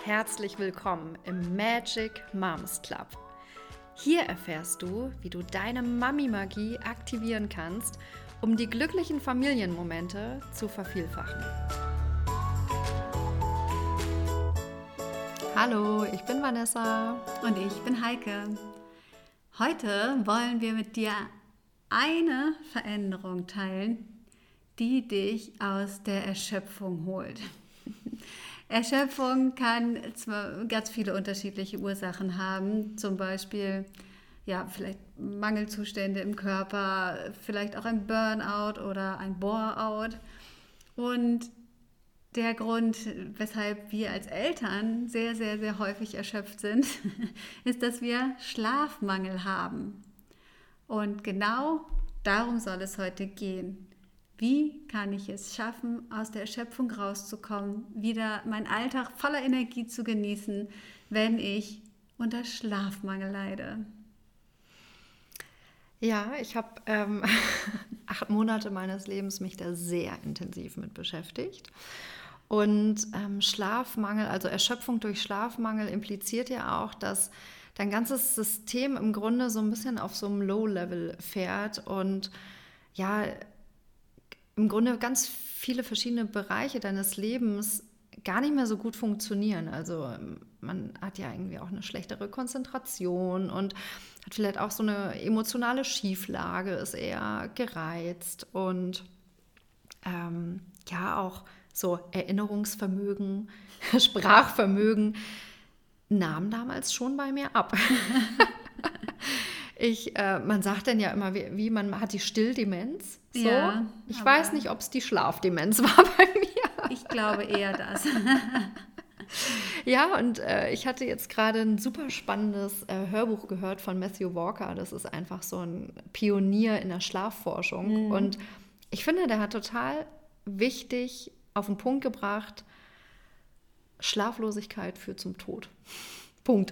herzlich willkommen im Magic Moms Club. Hier erfährst du, wie du deine Mami-Magie aktivieren kannst, um die glücklichen Familienmomente zu vervielfachen. Hallo, ich bin Vanessa. Und ich bin Heike. Heute wollen wir mit dir eine Veränderung teilen, die dich aus der Erschöpfung holt. Erschöpfung kann zwar ganz viele unterschiedliche Ursachen haben, zum Beispiel vielleicht Mangelzustände im Körper, vielleicht auch ein Burnout oder ein Bore-out. Und der Grund, weshalb wir als Eltern sehr, sehr, sehr häufig erschöpft sind, ist, dass wir Schlafmangel haben. Und genau darum soll es heute gehen. Wie kann ich es schaffen, aus der Erschöpfung rauszukommen, wieder meinen Alltag voller Energie zu genießen, wenn ich unter Schlafmangel leide? Ja, ich habe 8 Monate meines Lebens mich da sehr intensiv mit beschäftigt. Und Schlafmangel, also Erschöpfung durch Schlafmangel impliziert ja auch, dass dein ganzes System im Grunde so ein bisschen auf so einem Low-Level fährt und ja, im Grunde ganz viele verschiedene Bereiche deines Lebens gar nicht mehr so gut funktionieren. Also man hat ja irgendwie auch eine schlechtere Konzentration und hat vielleicht auch so eine emotionale Schieflage, ist eher gereizt und auch so Erinnerungsvermögen, Sprachvermögen nahm damals schon bei mir ab. Man sagt dann ja immer, wie man hat die Stilldemenz. So. Ja, ich weiß nicht, ob es die Schlafdemenz war bei mir. Ich glaube eher das. Ja, und ich hatte jetzt gerade ein super spannendes Hörbuch gehört von Matthew Walker. Das ist einfach so ein Pionier in der Schlafforschung. Mhm. Und ich finde, der hat total wichtig auf den Punkt gebracht, Schlaflosigkeit führt zum Tod. Punkt.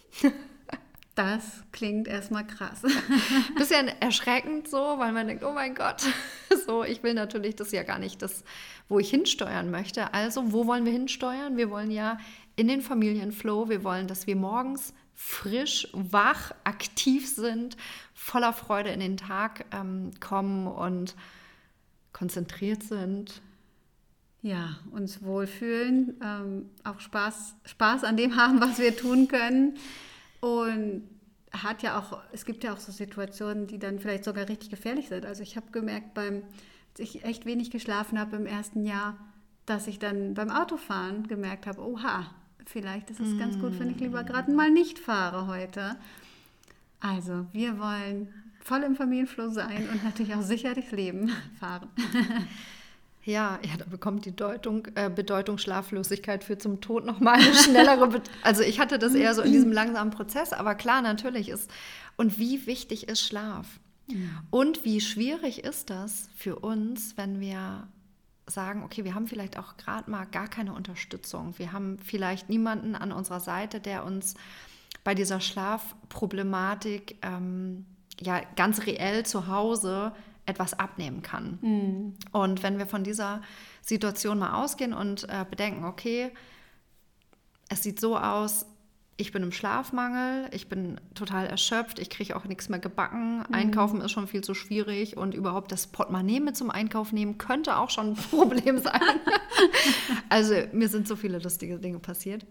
Das klingt erstmal krass. Bisschen erschreckend so, weil man denkt, oh mein Gott, so, ich will natürlich das ja gar nicht, das, wo ich hinsteuern möchte. Also, wo wollen wir hinsteuern? Wir wollen ja in den Familienflow, wir wollen, dass wir morgens frisch, wach, aktiv sind, voller Freude in den Tag kommen und konzentriert sind. Ja, uns wohlfühlen, auch Spaß an dem haben, was wir tun können. Und es gibt ja auch so Situationen, die dann vielleicht sogar richtig gefährlich sind. Also ich habe gemerkt, als ich echt wenig geschlafen habe im ersten Jahr, dass ich dann beim Autofahren gemerkt habe, oha, vielleicht ist es ganz gut, wenn ich lieber gerade mal nicht fahre heute. Also wir wollen voll im Familienflow sein und natürlich auch sicher durchs Leben fahren. Ja, da bekommt die Bedeutung Schlaflosigkeit führt zum Tod nochmal eine schnellere. Also ich hatte das eher so in diesem langsamen Prozess, aber klar, natürlich ist. Und wie wichtig ist Schlaf? Und wie schwierig ist das für uns, wenn wir sagen, okay, wir haben vielleicht auch gerade mal gar keine Unterstützung. Wir haben vielleicht niemanden an unserer Seite, der uns bei dieser Schlafproblematik ganz reell zu Hause etwas abnehmen kann. Und wenn wir von dieser Situation mal ausgehen und bedenken, okay, es sieht so aus, ich bin im Schlafmangel, ich bin total erschöpft, ich kriege auch nichts mehr gebacken, Einkaufen ist schon viel zu schwierig und überhaupt das Portemonnaie mit zum Einkauf nehmen könnte auch schon ein Problem sein. Also mir sind so viele lustige Dinge passiert.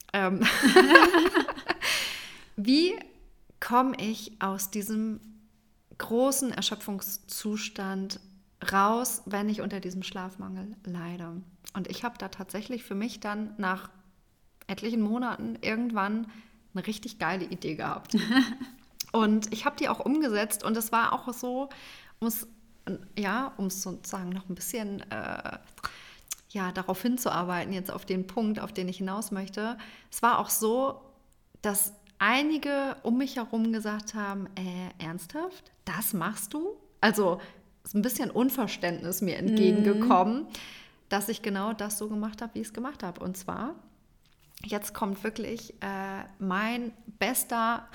Wie komme ich aus diesem großen Erschöpfungszustand raus, wenn ich unter diesem Schlafmangel leide? Und ich habe da tatsächlich für mich dann nach etlichen Monaten irgendwann eine richtig geile Idee gehabt. Und ich habe die auch umgesetzt und es war auch so, um es sozusagen noch ein bisschen darauf hinzuarbeiten, jetzt auf den Punkt, auf den ich hinaus möchte. Es war auch so, dass einige um mich herum gesagt haben, ernsthaft? Das machst du? Also ist ein bisschen Unverständnis mir entgegengekommen, dass ich genau das so gemacht habe, wie ich es gemacht habe. Und zwar, jetzt kommt wirklich mein bester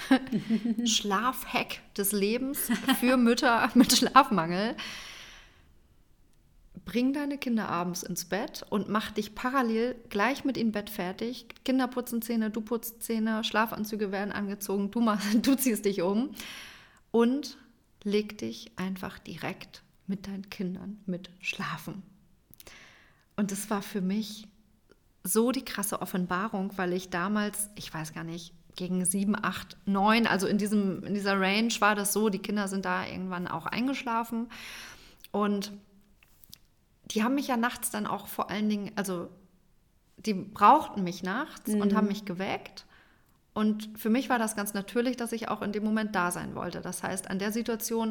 Schlafhack des Lebens für Mütter mit Schlafmangel. bring deine Kinder abends ins Bett und mach dich parallel gleich mit ihnen Bett fertig. Kinder putzen Zähne, du putzt Zähne, Schlafanzüge werden angezogen, du ziehst dich um und leg dich einfach direkt mit deinen Kindern mit schlafen. Und das war für mich so die krasse Offenbarung, weil ich damals, ich weiß gar nicht, gegen 7, 8, 9, also in dieser Range war das so, die Kinder sind da irgendwann auch eingeschlafen und die haben mich ja nachts dann auch vor allen Dingen, also die brauchten mich nachts und haben mich geweckt und für mich war das ganz natürlich, dass ich auch in dem Moment da sein wollte. Das heißt, an der Situation,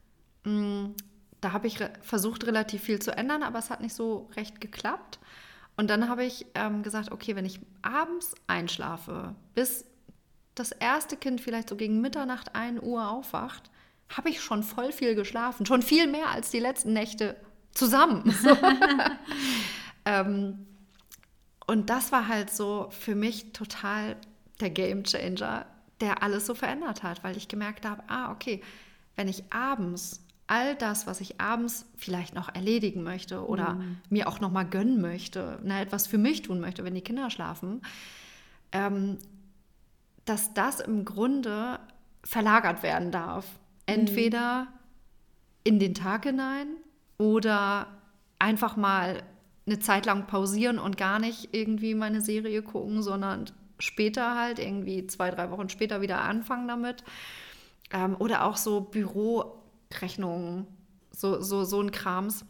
da habe ich versucht, relativ viel zu ändern, aber es hat nicht so recht geklappt. Und dann habe ich gesagt, okay, wenn ich abends einschlafe, bis das erste Kind vielleicht so gegen Mitternacht, 1 Uhr aufwacht, habe ich schon voll viel geschlafen. Schon viel mehr als die letzten Nächte zusammen. So. Und das war halt so für mich total der Gamechanger, der alles so verändert hat, weil ich gemerkt habe, okay, wenn ich abends all das, was ich abends vielleicht noch erledigen möchte oder mir auch noch mal gönnen möchte, etwas für mich tun möchte, wenn die Kinder schlafen, dass das im Grunde verlagert werden darf. Entweder in den Tag hinein oder einfach mal eine Zeit lang pausieren und gar nicht irgendwie meine Serie gucken, sondern später halt irgendwie 2, 3 Wochen später wieder anfangen damit. Oder auch so Bürorechnungen, so ein Krams.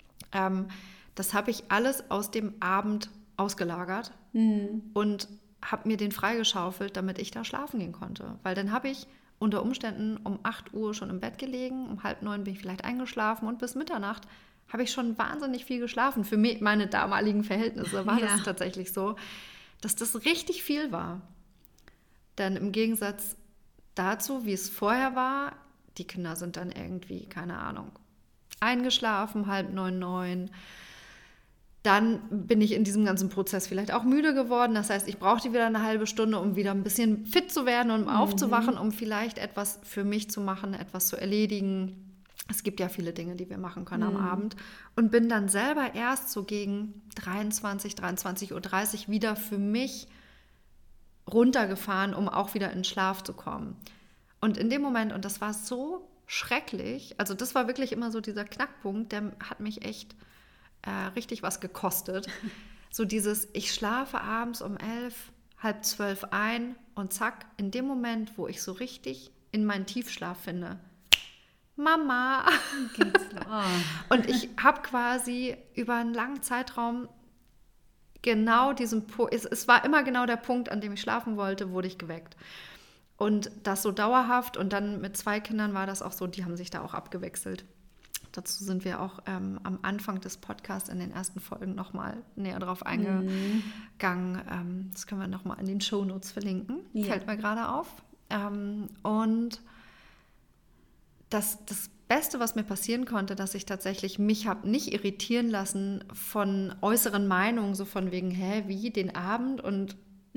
Das habe ich alles aus dem Abend ausgelagert und habe mir den freigeschaufelt, damit ich da schlafen gehen konnte. Weil dann habe ich unter Umständen um 8 Uhr schon im Bett gelegen, um 8:30 bin ich vielleicht eingeschlafen und bis Mitternacht habe ich schon wahnsinnig viel geschlafen. Für meine damaligen Verhältnisse war das tatsächlich so, dass das richtig viel war. Denn im Gegensatz dazu, wie es vorher war, die Kinder sind dann irgendwie, keine Ahnung, eingeschlafen, 8:30, 9. Dann bin ich in diesem ganzen Prozess vielleicht auch müde geworden. Das heißt, ich brauchte wieder eine halbe Stunde, um wieder ein bisschen fit zu werden und aufzuwachen, um vielleicht etwas für mich zu machen, etwas zu erledigen. Es gibt ja viele Dinge, die wir machen können am Abend. Und bin dann selber erst so gegen 23:30 Uhr wieder für mich runtergefahren, um auch wieder in Schlaf zu kommen. Und in dem Moment, und das war so schrecklich, also das war wirklich immer so dieser Knackpunkt, der hat mich echt richtig was gekostet. So dieses, ich schlafe abends um 11, 11:30 ein und zack, in dem Moment, wo ich so richtig in meinen Tiefschlaf finde, Mama. Und ich habe quasi über einen langen Zeitraum genau diesen Punkt, es war immer genau der Punkt, an dem ich schlafen wollte, wurde ich geweckt. Und das so dauerhaft und dann mit 2 Kindern war das auch so, die haben sich da auch abgewechselt. Dazu sind wir auch am Anfang des Podcasts in den ersten Folgen nochmal näher drauf eingegangen. Das können wir nochmal in den Shownotes verlinken, fällt mir gerade auf. Und das Beste, was mir passieren konnte, dass ich tatsächlich mich habe nicht irritieren lassen von äußeren Meinungen, so von wegen, wie, den Abend und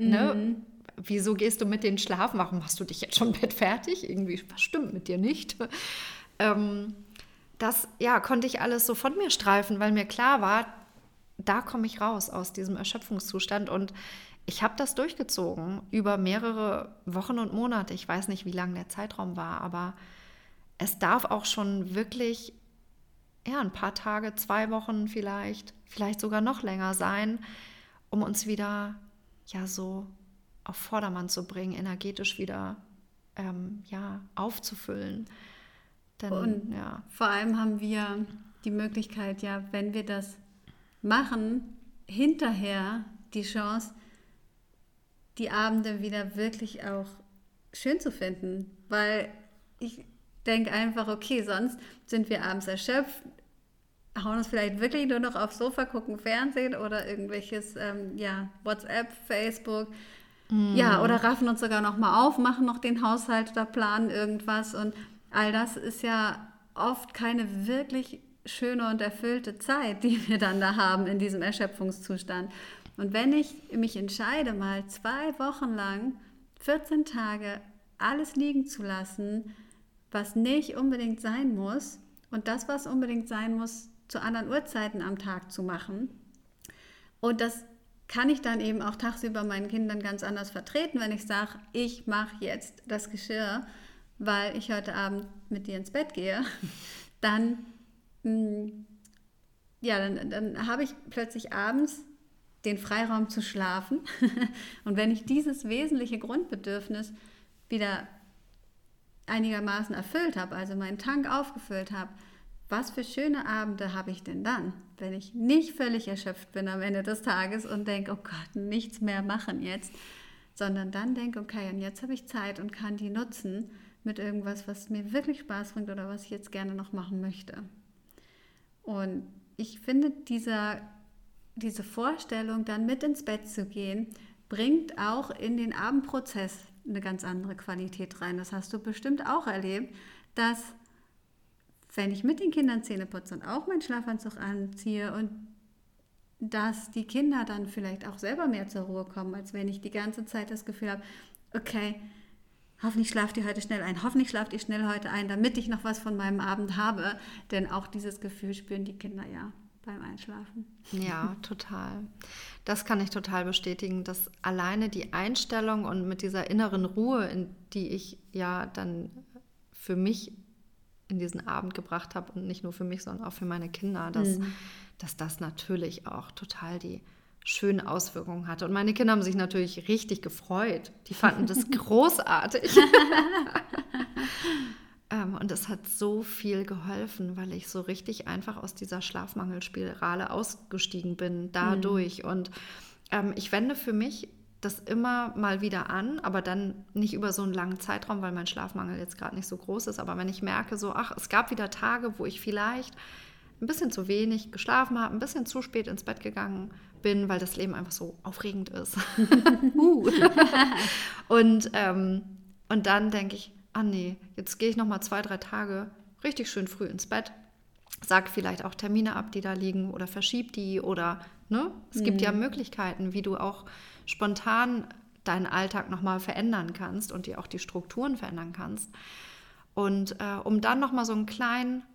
wieso gehst du mit denen schlafen? Warum machst du dich jetzt schon im Bett fertig? Irgendwie, was stimmt mit dir nicht? Das konnte ich alles so von mir streifen, weil mir klar war, da komme ich raus aus diesem Erschöpfungszustand und ich habe das durchgezogen über mehrere Wochen und Monate. Ich weiß nicht, wie lang der Zeitraum war, aber es darf auch schon wirklich ein paar Tage, 2 Wochen vielleicht sogar noch länger sein, um uns wieder so auf Vordermann zu bringen, energetisch wieder aufzufüllen. Und vor allem haben wir die Möglichkeit, wenn wir das machen, hinterher die Chance, die Abende wieder wirklich auch schön zu finden. Weil ich denke einfach, okay, sonst sind wir abends erschöpft, hauen uns vielleicht wirklich nur noch aufs Sofa, gucken Fernsehen oder irgendwelches WhatsApp, Facebook, oder raffen uns sogar noch mal auf, machen noch den Haushalt oder planen irgendwas und all das ist ja oft keine wirklich schöne und erfüllte Zeit, die wir dann da haben in diesem Erschöpfungszustand. Und wenn ich mich entscheide, mal 2 Wochen lang, 14 Tage, alles liegen zu lassen, was nicht unbedingt sein muss, und das, was unbedingt sein muss, zu anderen Uhrzeiten am Tag zu machen. Und das kann ich dann eben auch tagsüber meinen Kindern ganz anders vertreten, wenn ich sage, ich mache jetzt das Geschirr, weil ich heute Abend mit dir ins Bett gehe, dann habe ich plötzlich abends den Freiraum zu schlafen. Und wenn ich dieses wesentliche Grundbedürfnis wieder einigermaßen erfüllt habe, also meinen Tank aufgefüllt habe, was für schöne Abende habe ich denn dann, wenn ich nicht völlig erschöpft bin am Ende des Tages und denke, oh Gott, nichts mehr machen jetzt, sondern dann denke, okay, und jetzt habe ich Zeit und kann die nutzen mit irgendwas, was mir wirklich Spaß bringt oder was ich jetzt gerne noch machen möchte. Und ich finde, diese Vorstellung, dann mit ins Bett zu gehen, bringt auch in den Abendprozess eine ganz andere Qualität rein. Das hast du bestimmt auch erlebt, dass wenn ich mit den Kindern Zähne putze und auch meinen Schlafanzug anziehe und dass die Kinder dann vielleicht auch selber mehr zur Ruhe kommen, als wenn ich die ganze Zeit das Gefühl habe, okay, hoffentlich schlaft ihr heute schnell ein, hoffentlich schlaft ihr schnell heute ein, damit ich noch was von meinem Abend habe. Denn auch dieses Gefühl spüren die Kinder ja beim Einschlafen. Ja, total. Das kann ich total bestätigen, dass alleine die Einstellung und mit dieser inneren Ruhe, in die ich ja dann für mich in diesen Abend gebracht habe und nicht nur für mich, sondern auch für meine Kinder, dass das natürlich auch total die schönen Auswirkungen hatte. Und meine Kinder haben sich natürlich richtig gefreut. Die fanden das großartig. Und es hat so viel geholfen, weil ich so richtig einfach aus dieser Schlafmangelspirale ausgestiegen bin dadurch. Und ich wende für mich das immer mal wieder an, aber dann nicht über so einen langen Zeitraum, weil mein Schlafmangel jetzt gerade nicht so groß ist. Aber wenn ich merke, so, es gab wieder Tage, wo ich vielleicht ein bisschen zu wenig geschlafen habe, ein bisschen zu spät ins Bett gegangen bin, weil das Leben einfach so aufregend ist. Und dann denke ich, nee, jetzt gehe ich noch mal 2-3 Tage richtig schön früh ins Bett, sag vielleicht auch Termine ab, die da liegen oder verschieb die oder, ne? Es gibt ja Möglichkeiten, wie du auch spontan deinen Alltag noch mal verändern kannst und dir auch die Strukturen verändern kannst. Und um dann noch mal so einen kleinen,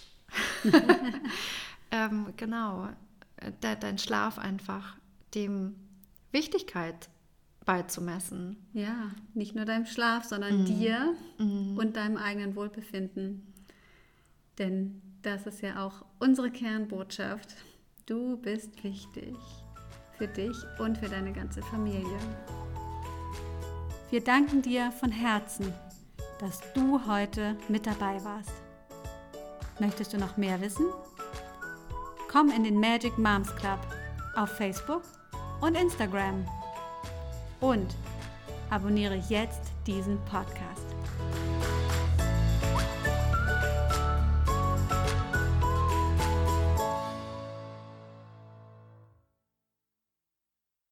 dein Schlaf einfach dem Wichtigkeit beizumessen. Ja, nicht nur deinem Schlaf, sondern dir und deinem eigenen Wohlbefinden. Denn das ist ja auch unsere Kernbotschaft. Du bist wichtig für dich und für deine ganze Familie. Wir danken dir von Herzen, dass du heute mit dabei warst. Möchtest du noch mehr wissen? Komm in den Magic Moms Club auf Facebook und Instagram. Und abonniere jetzt diesen Podcast.